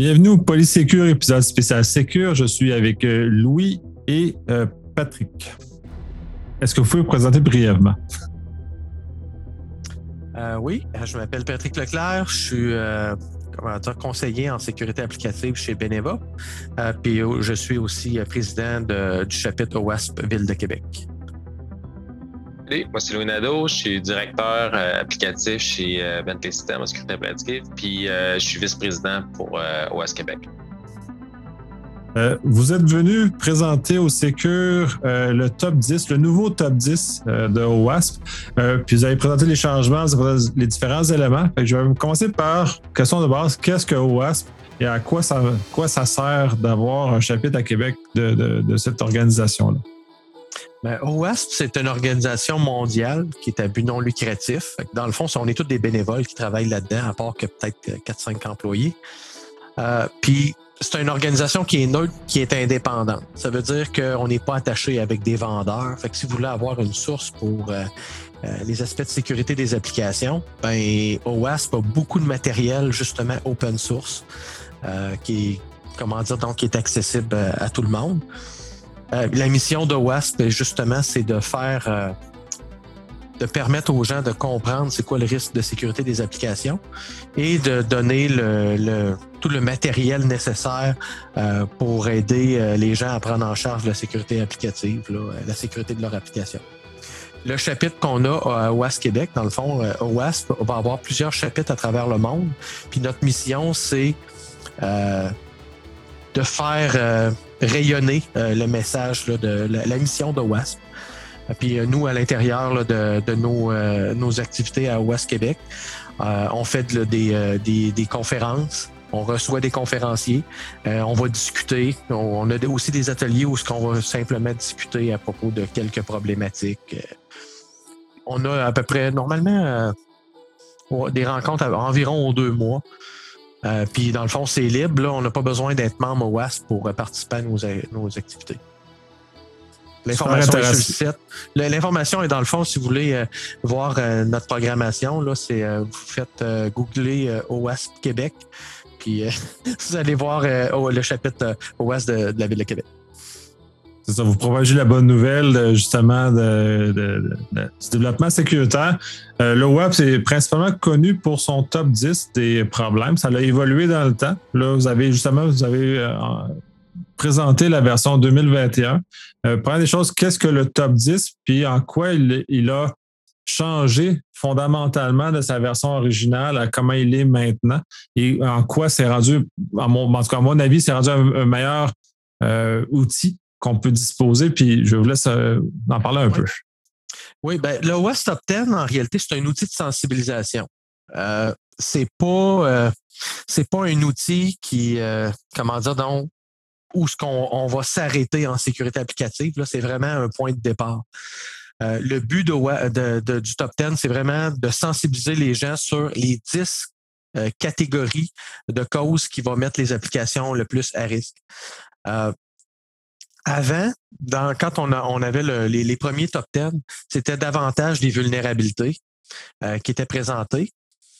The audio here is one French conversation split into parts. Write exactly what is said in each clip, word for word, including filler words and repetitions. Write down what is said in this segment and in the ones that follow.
Bienvenue au Polysécure, épisode spécial Sécure. Je suis avec euh, Louis et euh, Patrick. Est-ce que vous pouvez vous présenter brièvement? Euh, oui, je m'appelle Patrick Leclerc. Je suis euh, comment dire, conseiller en sécurité applicative chez Beneva. Euh, puis je suis aussi président de, du chapitre O W A S P Ville de Québec. Salut, moi c'est Louis Nadeau, je suis directeur euh, applicatif chez euh, Bentley Systems en sécurité applicative, puis euh, je suis vice-président pour euh, O W A S Québec. Euh, vous êtes venu présenter au Sécure euh, le top dix, le nouveau top dix euh, de O W A S P, euh, puis vous avez présenté les changements, les différents éléments. Fait que je vais commencer par question de base, qu'est-ce que O W A S P et à quoi ça, quoi ça sert d'avoir un chapitre à Québec de, de, de cette organisation-là? Ben, O W A S P, c'est une organisation mondiale qui est à but non lucratif. Dans le fond, on est tous des bénévoles qui travaillent là-dedans, à part que peut-être quatre cinq employés. Euh, puis, c'est une organisation qui est neutre, qui est indépendante. Ça veut dire qu'on n'est pas attaché avec des vendeurs. Fait que si vous voulez avoir une source pour euh, euh, les aspects de sécurité des applications, ben O W A S P a beaucoup de matériel justement open source euh, qui est, comment dire, donc qui est accessible à, à tout le monde. Euh, la mission de O W A S P, justement, c'est de faire, euh, de permettre aux gens de comprendre c'est quoi le risque de sécurité des applications et de donner le, le, tout le matériel nécessaire euh, pour aider euh, les gens à prendre en charge la sécurité applicative, là, la sécurité de leur application. Le chapitre qu'on a à O W A S Québec, dans le fond, euh, O W A S P va avoir plusieurs chapitres à travers le monde. Puis notre mission, c'est euh, de faire euh, rayonner euh, le message là, de la, la mission de O W A S P. Puis euh, nous, à l'intérieur là, de, de nos, euh, nos activités à O W A S Québec, euh, on fait là, des, euh, des, des conférences, on reçoit des conférenciers, euh, on va discuter, on, on a aussi des ateliers où on va simplement discuter à propos de quelques problématiques. Euh, on a à peu près, normalement, euh, des rencontres à, environ aux deux mois. Euh, puis dans le fond, c'est libre. Là, on n'a pas besoin d'être membre O W A S P pour euh, participer à nos, nos activités. L'information est sur le site. L'information est dans le fond, si vous voulez euh, voir euh, notre programmation, là, c'est euh, vous faites euh, googler euh, O W A S P Québec, puis euh, vous allez voir euh, le chapitre euh, O W A S P de, de la Ville de Québec. C'est ça, vous propagez la bonne nouvelle justement de, de, de, de, du développement sécuritaire. Euh, le web, c'est principalement connu pour son top dix des problèmes. Ça a évolué dans le temps. Là, vous avez justement, vous avez euh, présenté la version deux mille vingt et un. Euh, première des choses, qu'est-ce que le top dix, puis en quoi il, il a changé fondamentalement de sa version originale à comment il est maintenant et en quoi c'est rendu, à mon, en tout cas à mon avis, c'est rendu un, un meilleur euh, outil qu'on peut disposer, puis je vous laisse euh, en parler un oui. peu. Oui, ben le O W A S Top dix, en réalité, c'est un outil de sensibilisation. Euh, c'est pas euh, c'est pas un outil qui, euh, comment dire, donc, où ce qu'on on va s'arrêter en sécurité applicative. Là, c'est vraiment un point de départ. Euh, le but de, de, de, du Top dix, c'est vraiment de sensibiliser les gens sur les dix euh, catégories de causes qui vont mettre les applications le plus à risque. Euh, Avant, dans, quand on, a, on avait le, les, les premiers top dix, c'était davantage des vulnérabilités euh, qui étaient présentées.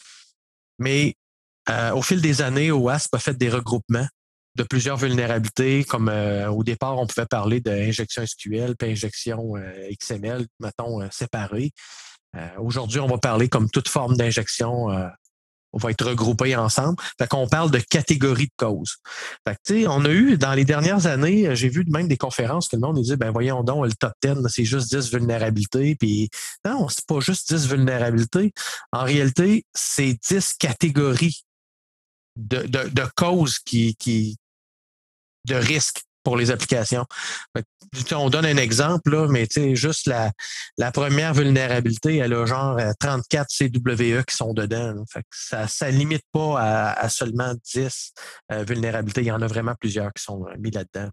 Mais euh, au fil des années, O W A S P a fait des regroupements de plusieurs vulnérabilités, comme euh, au départ, on pouvait parler d'injection S Q L puis injection euh, X M L, mettons, euh, séparées. Euh, aujourd'hui, on va parler comme toute forme d'injection euh, on va être regroupés ensemble. Fait qu'on parle de catégories de causes. Fait que, tu sais, on a eu, dans les dernières années, j'ai vu même des conférences que le monde nous dit, ben voyons donc, le top dix, c'est juste dix vulnérabilités. Puis non, c'est pas juste dix vulnérabilités. En réalité, c'est dix catégories de, de, de causes qui, qui, de risques pour les applications. Fait que, on donne un exemple, là, mais juste la, la première vulnérabilité, elle a genre trente-quatre C W E qui sont dedans. Là. Fait que ça ne limite pas à, à seulement dix euh, vulnérabilités. Il y en a vraiment plusieurs qui sont mis là-dedans.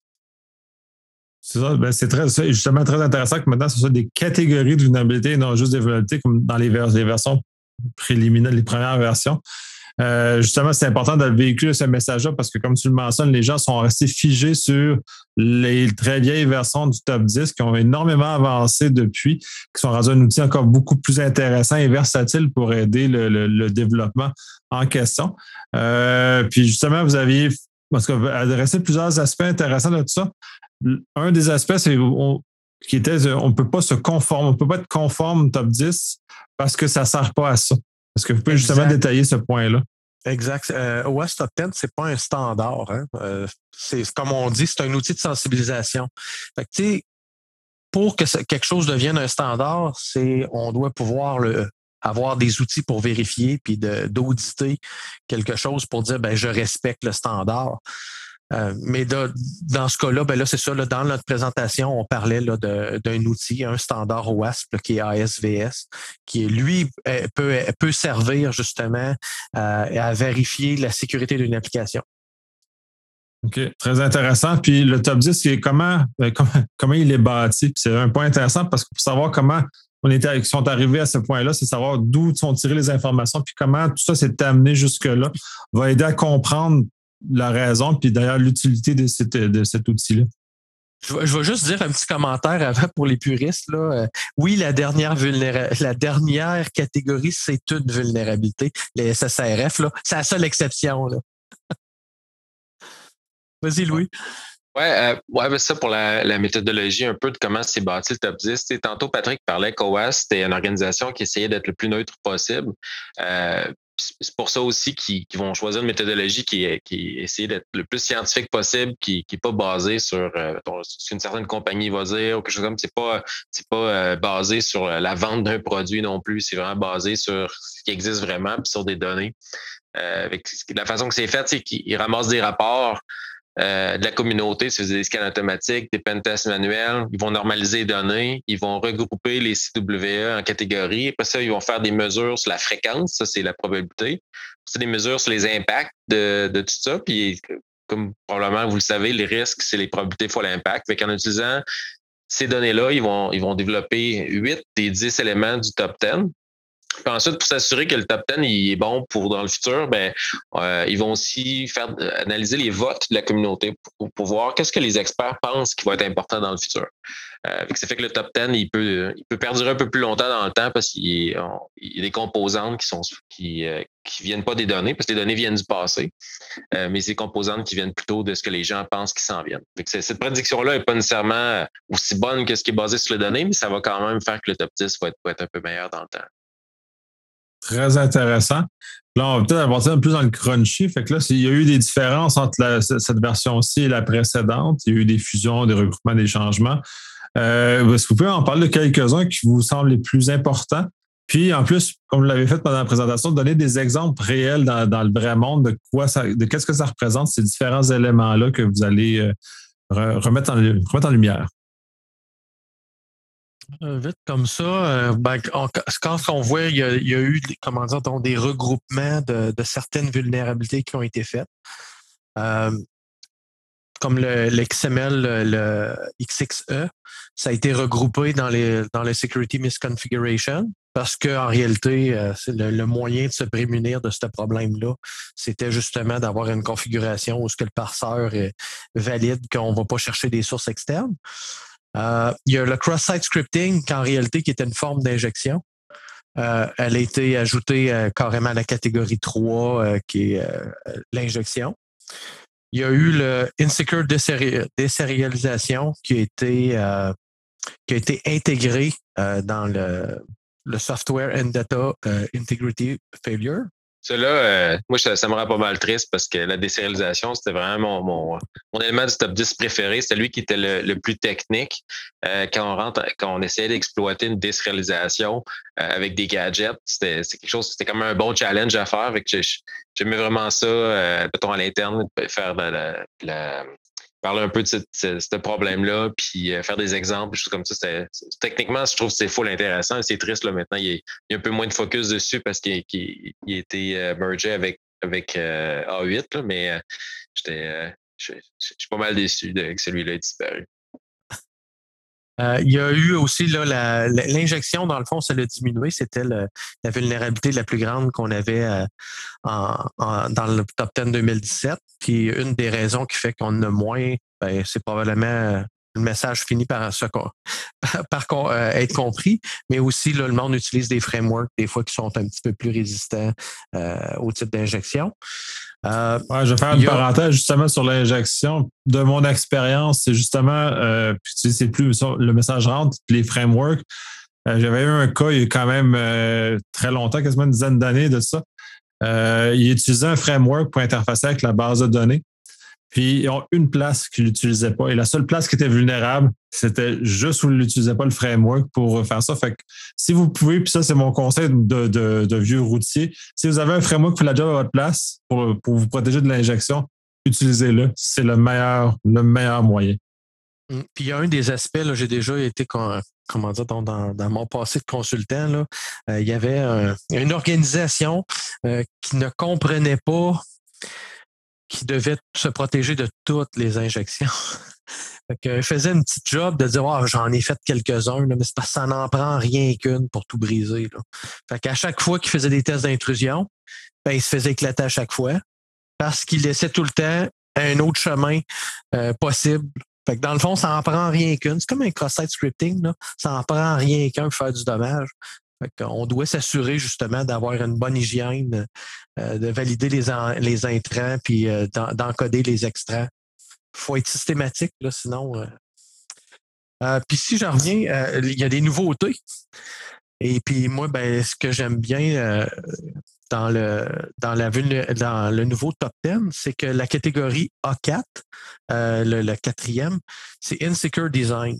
C'est ça, ben c'est très, c'est justement très intéressant que maintenant, ce soit des catégories de vulnérabilités et non juste des vulnérabilités comme dans les, vers, les versions préliminaires, les premières versions. Euh, justement, c'est important de véhiculer ce message-là parce que, comme tu le mentionnes, les gens sont restés figés sur les très vieilles versions du top dix qui ont énormément avancé depuis, qui sont rendus un outil encore beaucoup plus intéressant et versatile pour aider le, le, le développement en question. Euh, puis justement, vous aviez parce que vous adressé plusieurs aspects intéressants de tout ça. Un des aspects, c'est on, qui était on ne peut pas se conformer, on ne peut pas être conforme top dix parce que ça ne sert pas à ça. Est-ce que vous pouvez justement Exact. détailler ce point-là? Exact. Euh, O S Top dix, c'est pas un standard. Hein? Euh, c'est comme on dit, c'est un outil de sensibilisation. Fait que, tu sais, pour que quelque chose devienne un standard, c'est on doit pouvoir le avoir des outils pour vérifier puis de, d'auditer quelque chose pour dire ben je respecte le standard. Euh, mais de, dans ce cas-là, ben là, c'est ça, là, dans notre présentation, on parlait là, de, d'un outil, un standard O A S P là, qui est A S V S, qui, lui, peut, peut servir justement euh, à vérifier la sécurité d'une application. OK, très intéressant. Puis le top dix, c'est comment, comment, comment il est bâti. Puis c'est un point intéressant parce que pour savoir comment on était, ils sont arrivés à ce point-là, c'est savoir d'où sont tirées les informations, puis comment tout ça s'est amené jusque-là, va aider à comprendre la raison, puis d'ailleurs l'utilité de, cette, de cet outil-là. Je vais, je vais juste dire un petit commentaire avant pour les puristes. Là. Euh, oui, la dernière vulnéra- la dernière catégorie, c'est une vulnérabilité. Les S S R F, là, c'est la seule exception. Là. Vas-y, Louis. Ouais, euh, ouais, ben ça pour la, la méthodologie, un peu de comment c'est bâti le top dix. T'sais, tantôt, Patrick parlait qu'O A S, c'était une organisation qui essayait d'être le plus neutre possible. Euh, c'est pour ça aussi qu'ils, qu'ils vont choisir une méthodologie qui est, qui essaie d'être le plus scientifique possible, qui qui est pas basée sur euh, ce qu'une certaine compagnie va dire ou quelque chose comme. C'est pas c'est pas euh, basé sur la vente d'un produit non plus. C'est vraiment basé sur ce qui existe vraiment puis sur des données. Euh, avec la façon que c'est fait, c'est qu'ils ramassent des rapports. Euh, de la communauté, c'est des scans automatiques, des pentests manuels, ils vont normaliser les données, ils vont regrouper les C W E en catégories, après ça, ils vont faire des mesures sur la fréquence, ça c'est la probabilité, c'est des mesures sur les impacts de, de tout ça, puis comme probablement vous le savez, les risques, c'est les probabilités fois l'impact. Fait qu'en utilisant ces données-là, ils vont, ils vont développer huit des dix éléments du top dix. Puis ensuite, pour s'assurer que le top dix il est bon pour dans le futur, ben euh, ils vont aussi faire euh, analyser les votes de la communauté pour, pour voir qu'est-ce que les experts pensent qui va être important dans le futur. Euh, ça fait que le top dix il peut il peut perdurer un peu plus longtemps dans le temps parce qu'il y a, il y a des composantes qui sont qui euh, qui viennent pas des données parce que les données viennent du passé, euh, mais c'est des composantes qui viennent plutôt de ce que les gens pensent qui s'en viennent. Fait que cette prédiction-là est pas nécessairement aussi bonne que ce qui est basé sur les données, mais ça va quand même faire que le top dix va être, va être un peu meilleur dans le temps. Très intéressant. Là, on va peut-être avancer un peu plus dans le crunchy. Fait que là, il y a eu des différences entre la, cette version-ci et la précédente. Il y a eu des fusions, des regroupements, des changements. Euh, est-ce que vous pouvez en parler de quelques-uns qui vous semblent les plus importants? Puis, en plus, comme vous l'avez fait pendant la présentation, donner des exemples réels dans, dans le vrai monde de quoi ça, de qu'est-ce que ça représente, ces différents éléments-là que vous allez euh, remettre, en, remettre en lumière. Euh, vite comme ça, euh, ben, on, quand on voit, il y a, il y a eu comment dire, donc, des regroupements de, de certaines vulnérabilités qui ont été faites. Euh, comme le, l'X M L, le, le X X E, ça a été regroupé dans les dans les Security Misconfiguration parce qu'en réalité, euh, c'est le, le moyen de se prémunir de ce problème-là, c'était justement d'avoir une configuration où ce que le parseur est valide qu'on ne va pas chercher des sources externes. Euh, il y a le cross-site scripting, qui en réalité qui était une forme d'injection. Euh, elle a été ajoutée euh, carrément à la catégorie trois, euh, qui est euh, l'injection. Il y a eu le Insecure Deserialisation qui a été, euh, qui a été intégré euh, dans le, le Software and Data euh, Integrity Failure. Cela, euh, moi, ça, ça me rend pas mal triste parce que la désérialisation, c'était vraiment mon, mon, mon élément du top dix préféré. C'était lui qui était le, le plus technique. Euh, quand on rentre, quand on essayait d'exploiter une désérialisation euh, avec des gadgets, c'était c'est quelque chose, c'était comme un bon challenge à faire. Avec j'aimais vraiment ça, euh, mettons à l'interne, faire de la, la, la parler un peu de ce, ce, ce problème-là, puis euh, faire des exemples, des choses comme ça. C'était, techniquement, je trouve que c'est full intéressant. C'est triste, là, maintenant, il y, a, il y a un peu moins de focus dessus parce qu'il, qu'il il a été euh, mergé avec, avec euh, A huit, là, mais euh, j'étais, euh, je, je suis pas mal déçu de, que celui-là ait disparu. Euh, il y a eu aussi là, la, la, l'injection, dans le fond, ça l'a diminué. C'était le, la vulnérabilité la plus grande qu'on avait euh, en, en, dans le top dix deux mille dix-sept. Puis une des raisons qui fait qu'on en a moins, ben, c'est probablement le message finit par, ce, par, par euh, être compris, mais aussi là, le monde utilise des frameworks des fois qui sont un petit peu plus résistants euh, au type d'injection. Euh, ouais, je vais faire une a... parenthèse justement sur l'injection. De mon expérience, c'est justement, euh, puis tu sais, c'est plus le message rentre, les frameworks. Euh, j'avais eu un cas il y a quand même euh, très longtemps, quasiment une dizaine d'années de ça. Euh, il utilisait un framework pour interfacer avec la base de données. Puis, ils ont une place qu'ils n'utilisaient pas. Et la seule place qui était vulnérable, c'était juste où ils n'utilisaient pas le framework pour faire ça. Fait que si vous pouvez, puis ça, c'est mon conseil de, de, de vieux routier, si vous avez un framework qui fait la job à votre place pour, pour vous protéger de l'injection, utilisez-le. C'est le meilleur, le meilleur moyen. Puis, il y a un des aspects, là, j'ai déjà été, comment dire, dans, dans mon passé de consultant, là, euh, il y avait un, une organisation euh, qui ne comprenait pas qui devait se protéger de toutes les injections. Fait que, je faisais une petite job de dire oh, j'en ai fait quelques-uns, là, mais c'est parce que ça n'en prend rien qu'une pour tout briser. Là. Fait qu'à chaque fois qu'il faisait des tests d'intrusion, ben, il se faisait éclater à chaque fois parce qu'il laissait tout le temps un autre chemin euh, possible. Fait que dans le fond, ça n'en prend rien qu'une. C'est comme un cross-site scripting, là. Ça n'en prend rien qu'un pour faire du dommage. On doit s'assurer justement d'avoir une bonne hygiène, euh, de valider les, en, les intrants puis euh, d'encoder les extraits. Il faut être systématique, là, sinon. Euh... Euh, puis si j'en reviens, euh, il y a des nouveautés. Et puis moi, ben, ce que j'aime bien euh, dans, le, dans, la, dans le nouveau top dix, c'est que la catégorie A quatre, euh, le, le quatrième, c'est Insecure Design.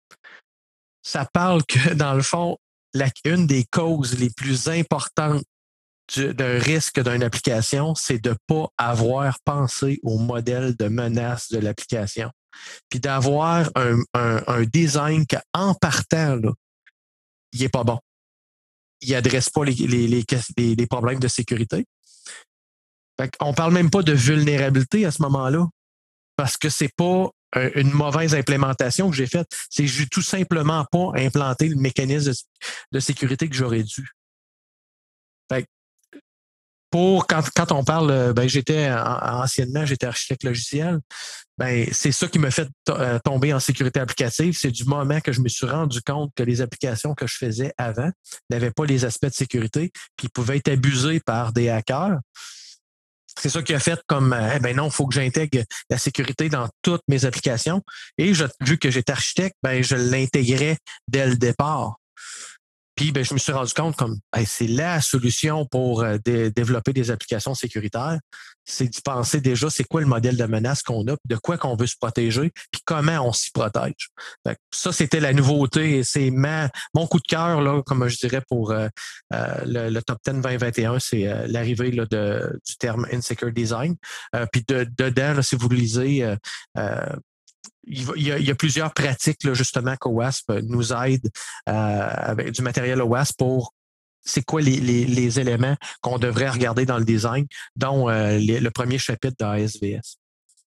Ça parle que, dans le fond, La, une des causes les plus importantes du, d'un risque d'une application, c'est de ne pas avoir pensé au modèle de menace de l'application. Puis d'avoir un, un, un design qu'en partant, là, il n'est pas bon. Il n'adresse pas les, les, les, les, les problèmes de sécurité. Fait qu'on ne parle même pas de vulnérabilité à ce moment-là, parce que c'est pas une mauvaise implémentation que j'ai faite, c'est que j'ai tout simplement pas implanté le mécanisme de, de sécurité que j'aurais dû. Fait pour quand, quand on parle, ben j'étais anciennement, j'étais architecte logiciel, ben c'est ça qui m'a fait t- tomber en sécurité applicative. C'est du moment que je me suis rendu compte que les applications que je faisais avant n'avaient pas les aspects de sécurité, puis pouvaient être abusées par des hackers. C'est ça qui a fait comme, eh ben non, il faut que j'intègre la sécurité dans toutes mes applications. Et je, vu que j'étais architecte, ben je l'intégrais dès le départ. Puis ben, je me suis rendu compte comme, ben, c'est la solution pour euh, dé- développer des applications sécuritaires. C'est d'y penser déjà, c'est quoi le modèle de menace qu'on a, de quoi qu'on veut se protéger, puis comment on s'y protège. Fait que ça, c'était la nouveauté et c'est ma, mon coup de cœur, là, comme je dirais, pour euh, euh, le, le top dix vingt vingt et un, c'est euh, l'arrivée là, de, du terme Insecure Design. Euh, puis de, dedans, là, si vous le lisez, euh, euh, Il y, a, il y a plusieurs pratiques, là, justement, qu'OWASP nous aide euh, avec du matériel OWASP pour c'est quoi les, les, les éléments qu'on devrait regarder dans le design, dont euh, les, le premier chapitre de A S V S.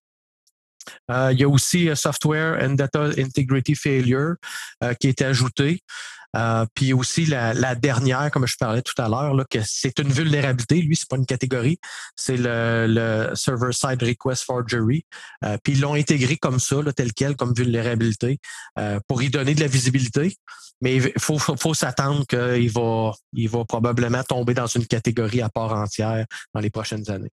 Euh, il y a aussi uh, Software and Data Integrity Failure euh, qui est ajouté. Euh, puis aussi la, la dernière, comme je parlais tout à l'heure, là, que c'est une vulnérabilité. Lui, c'est pas une catégorie, c'est le, le Server-Side Request Forgery. Euh, puis ils l'ont intégré comme ça, là, tel quel, comme vulnérabilité, euh, pour y donner de la visibilité. Mais il faut, faut, faut s'attendre qu'il va, il va probablement tomber dans une catégorie à part entière dans les prochaines années.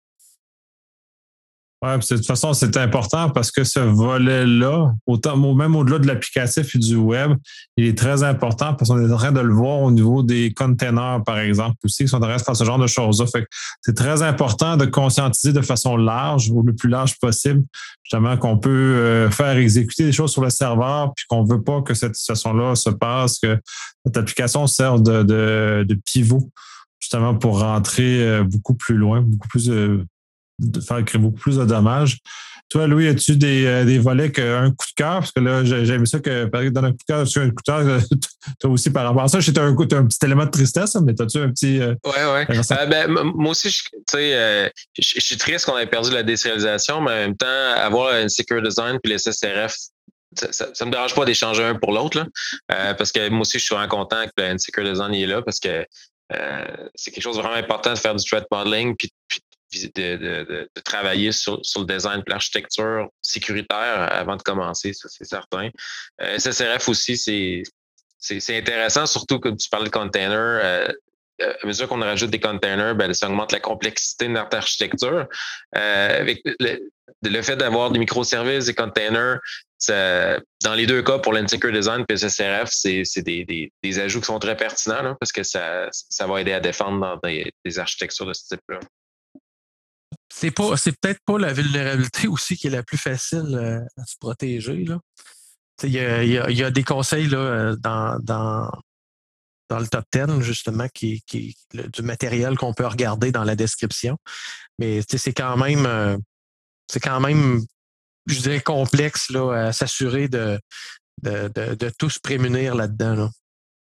Oui, de toute façon, c'est important parce que ce volet-là, autant, même au-delà de l'applicatif et du web, il est très important parce qu'on est en train de le voir au niveau des containers, par exemple, aussi, qui sont en train de faire ce genre de choses-là. Fait que c'est très important de conscientiser de façon large, ou le plus large possible, justement, qu'on peut euh, faire exécuter des choses sur le serveur, puis qu'on ne veut pas que cette situation-là se passe, que cette application serve de, de, de pivot, justement, pour rentrer beaucoup plus loin, beaucoup plus... Euh, de faire créer beaucoup plus de dommages. Toi, Louis, as-tu des, euh, des volets qu'un coup de cœur? Parce que là, j'ai aimé ça que dans un coup de cœur, tu as un coup de cœur, toi aussi par rapport à ça. J'ai un, un petit élément de tristesse, mais as-tu un petit... Euh, oui, oui. Euh, ben, moi aussi, je, euh, je, je suis triste qu'on ait perdu la désérialisation, mais en même temps, avoir un Secure Design puis les S S R F ça ne me dérange pas d'échanger un pour l'autre, là, euh, parce que moi aussi, je suis vraiment content que le N-Seeker Design est là, parce que euh, c'est quelque chose de vraiment important de faire du threat modeling, puis, puis de, de, de, de travailler sur, sur le design et l'architecture sécuritaire avant de commencer, ça c'est certain. Euh, S S R F aussi, c'est, c'est, c'est intéressant, surtout comme tu parlais de container. Euh, à mesure qu'on rajoute des containers, ben, ça augmente la complexité de notre architecture. Euh, avec le, le fait d'avoir des microservices, des containers, ça, dans les deux cas, pour l'N-Seeker Design et S S R F, c'est, c'est des, des, des ajouts qui sont très pertinents là, parce que ça, ça va aider à défendre dans des, des architectures de ce type-là. C'est pas, c'est peut-être pas la vulnérabilité aussi qui est la plus facile euh, à se protéger. Là. Il y a, y, a, y a des conseils là, dans, dans, dans le top dix, justement, qui, qui le, du matériel qu'on peut regarder dans la description. Mais c'est quand même euh, c'est quand même, je dirais, complexe là, à s'assurer de, de, de, de tout se prémunir là-dedans. Là.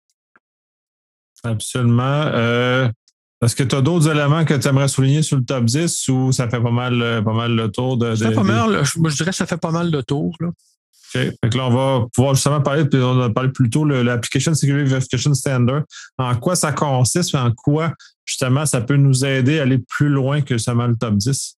Absolument. Euh, est-ce que tu as d'autres éléments que tu aimerais souligner sur le top dix ou ça fait pas mal, pas mal le tour de. Ça de, fait pas de... mal, je, je dirais que ça fait pas mal de tour. Là. OK. Fait que là, on va pouvoir justement parler, puis on a parlé plus tôt, le, l'Application Security Verification Standard. En quoi ça consiste et en quoi, justement, ça peut nous aider à aller plus loin que seulement le top dix?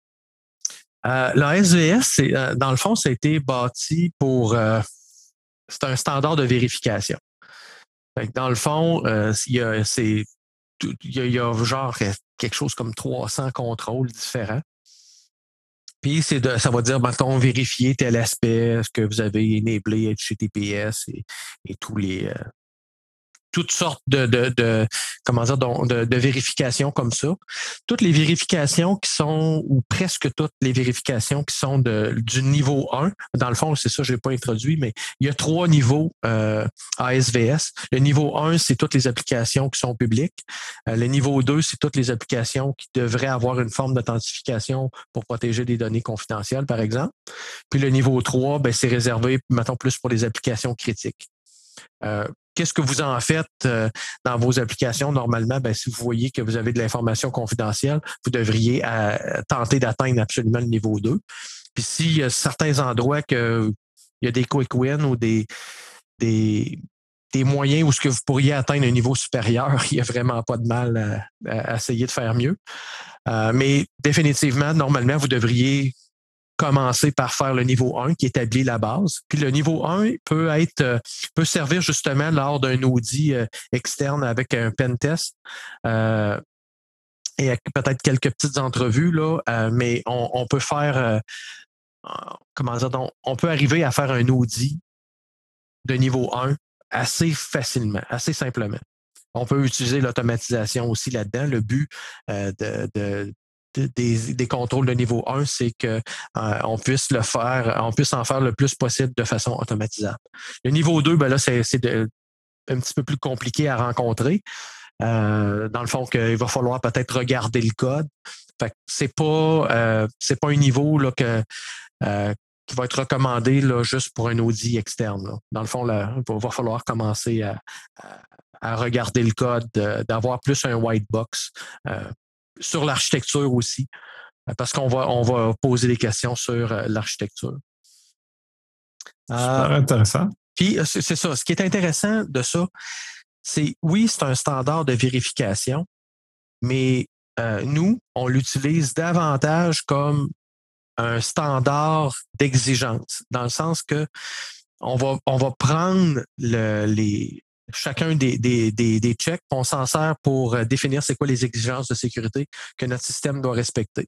Euh, la S V S, c'est, euh, dans le fond, ça a été bâti pour... Euh, c'est un standard de vérification. Fait que dans le fond, euh, il y a, c'est, il y a, il y a genre quelque chose comme trois cents contrôles différents. Puis c'est de, ça va dire, mettons, vérifier tel aspect, est-ce que vous avez enablé H T T P S et, et tous les... Euh, toutes sortes de, de, de comment dire, de, de vérifications comme ça. Toutes les vérifications qui sont, ou presque toutes les vérifications qui sont de, du niveau un, dans le fond, c'est ça, je n'ai pas introduit, mais il y a trois niveaux euh, A S V S. Le niveau un, c'est toutes les applications qui sont publiques. Euh, le niveau deux, c'est toutes les applications qui devraient avoir une forme d'authentification pour protéger des données confidentielles, par exemple. Puis le niveau trois, ben, c'est réservé, mettons, plus pour les applications critiques. Euh, Qu'est-ce que vous en faites euh, dans vos applications? Normalement, ben, si vous voyez que vous avez de l'information confidentielle, vous devriez euh, tenter d'atteindre absolument le niveau deux. Puis s'il y a certains endroits que il y a des quick wins ou des, des, des moyens où ce que vous pourriez atteindre un niveau supérieur, il n'y a vraiment pas de mal à, à essayer de faire mieux. Euh, mais définitivement, normalement, vous devriez commencer par faire le niveau un qui établit la base. Puis le niveau un peut être euh, peut servir justement lors d'un audit euh, externe avec un pen test euh, et avec peut-être quelques petites entrevues, là, euh, mais on, on peut faire euh, comment dire, on, on peut arriver à faire un audit de niveau un assez facilement, assez simplement. On peut utiliser l'automatisation aussi là-dedans. Le but euh, de, de Des, des contrôles de niveau un, c'est que euh, on puisse le faire, on puisse en faire le plus possible de façon automatisable. Le niveau deux, ben là, c'est, c'est de, un petit peu plus compliqué à rencontrer. Euh, dans le fond, qu'il va falloir peut-être regarder le code. Fait que c'est pas euh, c'est pas un niveau là, que, euh, qui va être recommandé là, juste pour un audit externe. Là. Dans le fond, là, il va falloir commencer à, à, à regarder le code, d'avoir plus un white box. Euh, sur l'architecture aussi, parce qu'on va, on va poser des questions sur l'architecture. Super euh, intéressant. Puis, c'est, c'est ça. Ce qui est intéressant de ça, c'est, oui, c'est un standard de vérification, mais euh, nous, on l'utilise davantage comme un standard d'exigence, dans le sens que on va, on va prendre le, les chacun des, des, des, des checks, on s'en sert pour définir c'est quoi les exigences de sécurité que notre système doit respecter.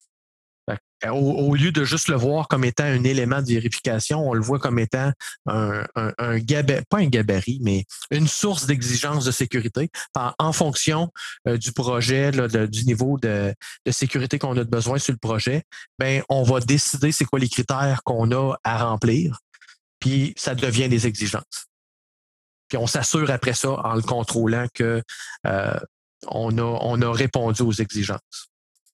Au, au lieu de juste le voir comme étant un élément de vérification, on le voit comme étant un, un, un gabarit, pas un gabarit, mais une source d'exigence de sécurité en, en fonction euh, du projet, là, de, du niveau de, de sécurité qu'on a besoin sur le projet. Ben, on va décider c'est quoi les critères qu'on a à remplir, puis ça devient des exigences. Puis on s'assure après ça, en le contrôlant, que euh, on a, on a répondu aux exigences.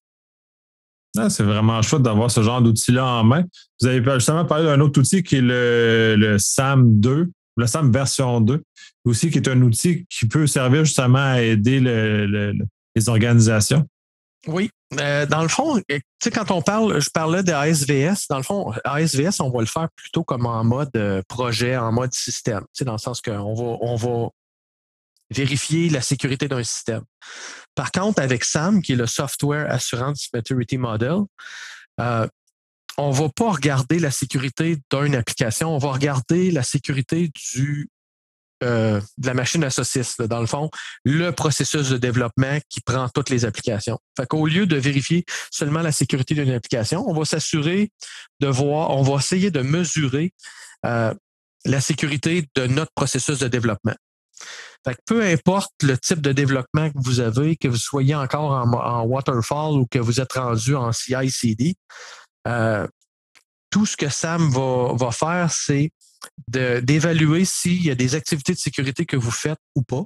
Ah, c'est vraiment chouette d'avoir ce genre d'outil-là en main. Vous avez justement parlé d'un autre outil qui est le, le S A M deux, le S A M version deux, aussi qui est un outil qui peut servir justement à aider le, le, les organisations. Oui. Euh, dans le fond, tu sais, quand on parle, je parlais de A S V S, dans le fond, A S V S, on va le faire plutôt comme en mode euh, projet, en mode système. Tu sais, dans le sens qu'on va, on va vérifier la sécurité d'un système. Par contre, avec SAM, qui est le Software Assurance Maturity Model, euh, on ne va pas regarder la sécurité d'une application, on va regarder la sécurité du Euh, de la machine à saucisse, là, dans le fond, le processus de développement qui prend toutes les applications. Fait qu'au lieu de vérifier seulement la sécurité d'une application, on va s'assurer de voir, on va essayer de mesurer euh, la sécurité de notre processus de développement. Fait que peu importe le type de développement que vous avez, que vous soyez encore en, en waterfall ou que vous êtes rendu en C I C D, euh, tout ce que SAM va, va faire, c'est de, d'évaluer s'il y a des activités de sécurité que vous faites ou pas.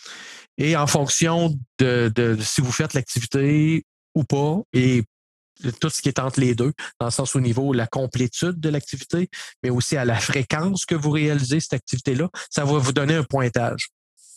Et en fonction de, de, de si vous faites l'activité ou pas, et tout ce qui est entre les deux, dans le sens au niveau de la complétude de l'activité, mais aussi à la fréquence que vous réalisez cette activité-là, ça va vous donner un pointage.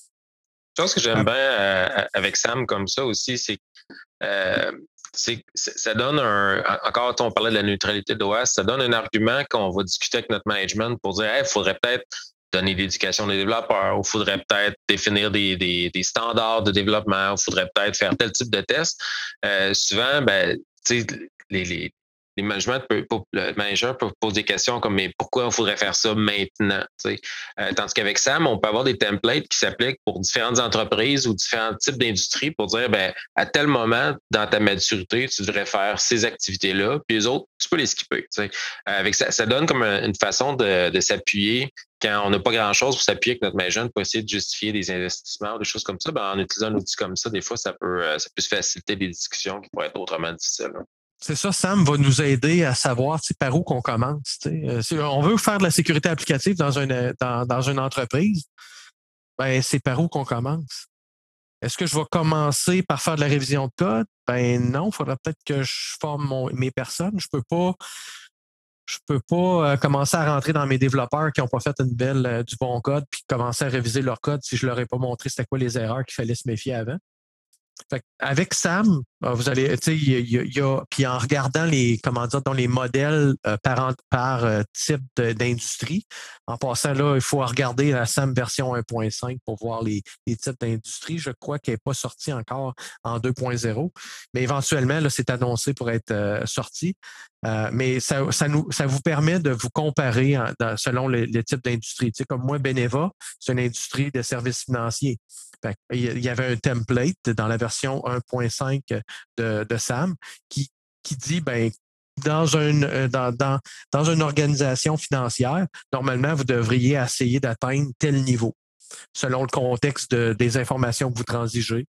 Une chose que j'aime bien euh, avec SAM comme ça aussi, c'est que euh, c'est, ça donne un. Encore, on parlait de la neutralité d'O S, ça donne un argument qu'on va discuter avec notre management pour dire, il hey, faudrait peut-être donner l'éducation des développeurs, ou il faudrait peut-être définir des, des, des standards de développement, ou il faudrait peut-être faire tel type de test. Euh, souvent, ben, tu sais, les, les, les management peut, le manager peut poser des questions comme mais pourquoi il faudrait faire ça maintenant? Euh, tandis qu'avec SAM, on peut avoir des templates qui s'appliquent pour différentes entreprises ou différents types d'industries pour dire ben, à tel moment dans ta maturité, tu devrais faire ces activités-là, puis les autres, tu peux les skipper. Euh, avec ça, ça donne comme une façon de, de s'appuyer quand on n'a pas grand-chose pour s'appuyer avec notre management pour essayer de justifier des investissements ou des choses comme ça. Ben, en utilisant un outil comme ça, des fois, ça peut, ça peut se faciliter des discussions qui pourraient être autrement difficiles. Hein. C'est ça, SAM va nous aider à savoir par où qu'on commence. Euh, si on veut faire de la sécurité applicative dans une, dans, dans une entreprise, ben, c'est par où qu'on commence. Est-ce que je vais commencer par faire de la révision de code? Ben non, il faudra peut-être que je forme mon, mes personnes. Je peux pas, je peux pas euh, commencer à rentrer dans mes développeurs qui n'ont pas fait une belle, euh, du bon code puis commencer à réviser leur code si je leur ai pas montré c'était quoi les erreurs qu'il fallait se méfier avant. Fait avec SAM, vous allez, tu sais, il y, y, y a, puis en regardant les, comment dire, dans les modèles euh, par, par euh, type de, d'industrie, en passant là, il faut regarder la SAM version un point cinq pour voir les, les types d'industrie. Je crois qu'elle n'est pas sortie encore en deux point zéro, mais éventuellement, là, c'est annoncé pour être euh, sorti. Euh, mais ça, ça, nous, ça vous permet de vous comparer en, dans, selon le, le type d'industrie. Tu sais, comme moi, Beneva, c'est une industrie de services financiers. Fait, il y avait un template dans la version un point cinq de, de SAM qui, qui dit ben, dans une, dans, dans, dans une organisation financière, normalement, vous devriez essayer d'atteindre tel niveau, selon le contexte de, des informations que vous transigez.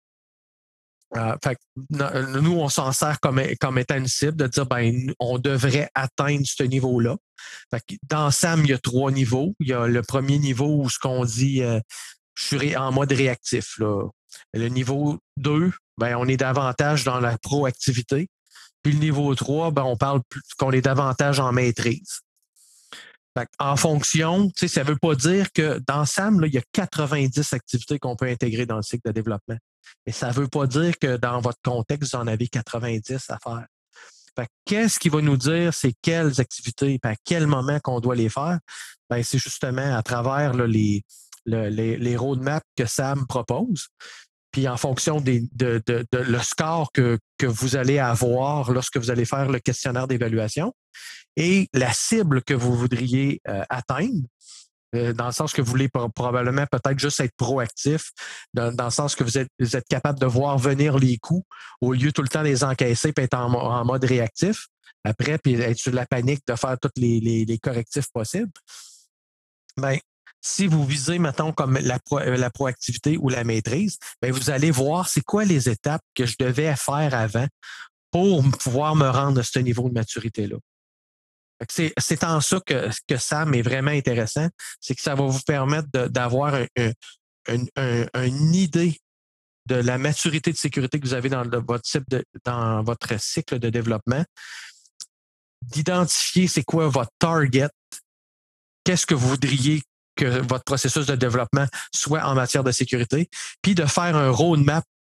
Euh, fait, nous, on s'en sert comme, comme étant une cible de dire ben, on devrait atteindre ce niveau-là. Fait, dans SAM, il y a trois niveaux. Il y a le premier niveau où ce qu'on dit euh, je suis en mode réactif. Là. Le niveau deux, ben, on est davantage dans la proactivité. Puis le niveau trois, ben, on parle plus qu'on est davantage en maîtrise. Fait, en fonction, ça ne veut pas dire que dans SAM, là, il y a quatre-vingt-dix activités qu'on peut intégrer dans le cycle de développement. Mais ça ne veut pas dire que dans votre contexte, vous en avez quatre-vingt-dix à faire. Fait, qu'est-ce qui va nous dire c'est quelles activités et à quel moment qu'on doit les faire? Ben, c'est justement à travers là, les, le, les, les roadmaps que SAM propose. Puis en fonction des, de, de, de le score que, que vous allez avoir lorsque vous allez faire le questionnaire d'évaluation et la cible que vous voudriez euh, atteindre, euh, dans le sens que vous voulez probablement peut-être juste être proactif, dans, dans le sens que vous êtes, vous êtes capable de voir venir les coûts au lieu tout le temps de les encaisser et être en, en mode réactif après, puis être sur la panique de faire tous les, les, les correctifs possibles. Bien, si vous visez, mettons, comme la, pro, la proactivité ou la maîtrise, bien, vous allez voir c'est quoi les étapes que je devais faire avant pour pouvoir me rendre à ce niveau de maturité-là. C'est, c'est en ça que, que SAM est vraiment intéressant, c'est que ça va vous permettre de, d'avoir un, un, un, un, une idée de la maturité de sécurité que vous avez dans, le, votre, type de, dans votre cycle de développement, d'identifier c'est quoi votre target, qu'est-ce que vous voudriez que votre processus de développement soit en matière de sécurité, puis de faire un roadmap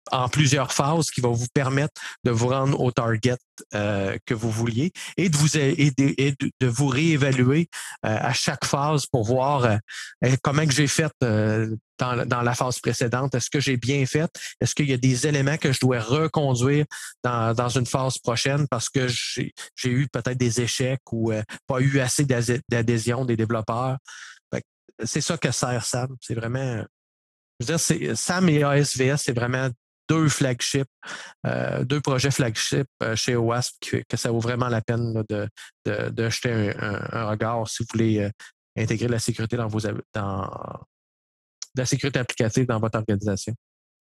en plusieurs phases qui va vous permettre de vous rendre au target euh, que vous vouliez et de vous, et de, et de vous réévaluer euh, à chaque phase pour voir euh, comment que j'ai fait euh, dans, dans la phase précédente. Est-ce que j'ai bien fait? Est-ce qu'il y a des éléments que je dois reconduire dans, dans une phase prochaine parce que j'ai, j'ai eu peut-être des échecs ou euh, pas eu assez d'adhésion des développeurs? Fait que c'est ça que sert SAM. C'est vraiment... Je veux dire, c'est, SAM et A S V S, c'est vraiment deux flagships, euh, deux projets flagships euh, chez OWASP que, que ça vaut vraiment la peine là, de, de, de jeter un, un, un regard si vous voulez euh, intégrer la sécurité dans vos dans la sécurité applicative dans votre organisation.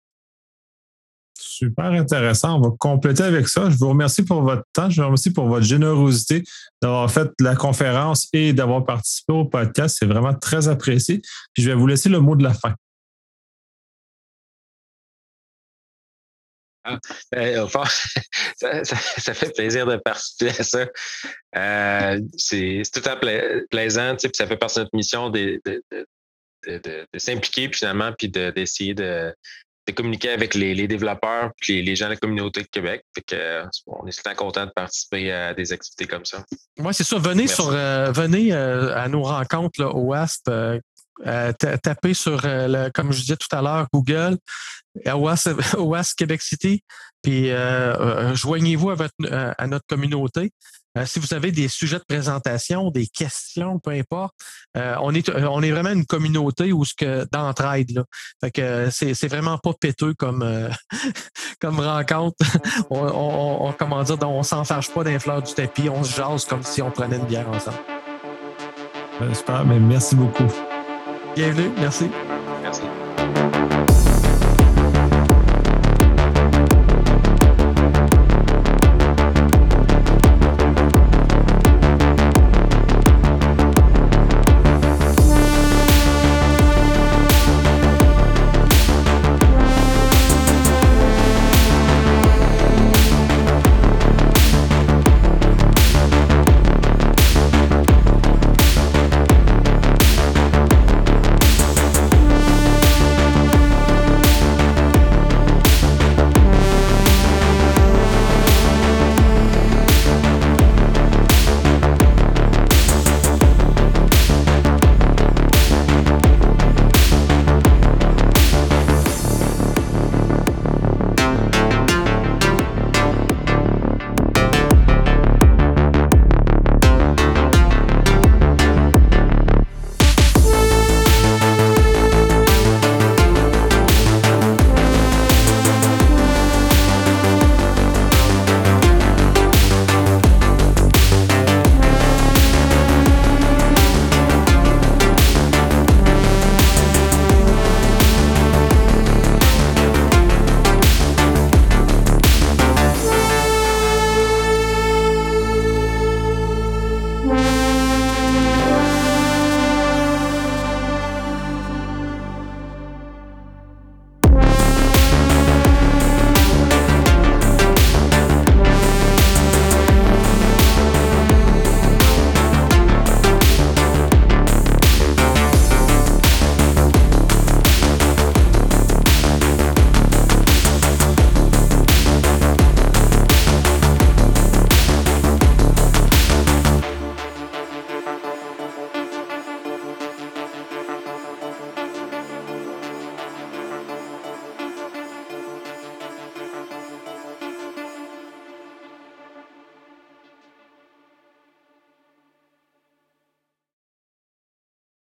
Super intéressant. On va compléter avec ça. Je vous remercie pour votre temps. Je vous remercie pour votre générosité d'avoir fait la conférence et d'avoir participé au podcast. C'est vraiment très apprécié. Puis je vais vous laisser le mot de la fin. Ah, euh, fond, ça, ça, ça fait plaisir de participer à ça. Euh, c'est, c'est tout à pla- plaisant, tu sais, puis ça fait partie de notre mission de, de, de, de, de, de s'impliquer puis finalement, puis de, d'essayer de, de communiquer avec les, les développeurs puis les, les gens de la communauté de Québec. Fait que, on est tout le temps content de participer à des activités comme ça. Oui, c'est ça. Venez Merci. sur euh, venez euh, à nos rencontres là, au OWASP. Euh, euh, t- tapez sur, euh, le, comme je disais tout à l'heure, Google, OWASP, OWASP Québec City, puis euh, euh, joignez-vous à, votre, euh, à notre communauté. Euh, si vous avez des sujets de présentation, des questions, peu importe, euh, on est on est vraiment une communauté où ce que d'entraide là. Fait que c'est c'est vraiment pas péteux comme euh, comme rencontre. on, on, on comment dire, on s'enfarge pas d'un fleur du tapis, on se jase comme si on prenait une bière ensemble. Super, mais merci beaucoup. Bienvenue, merci. Merci.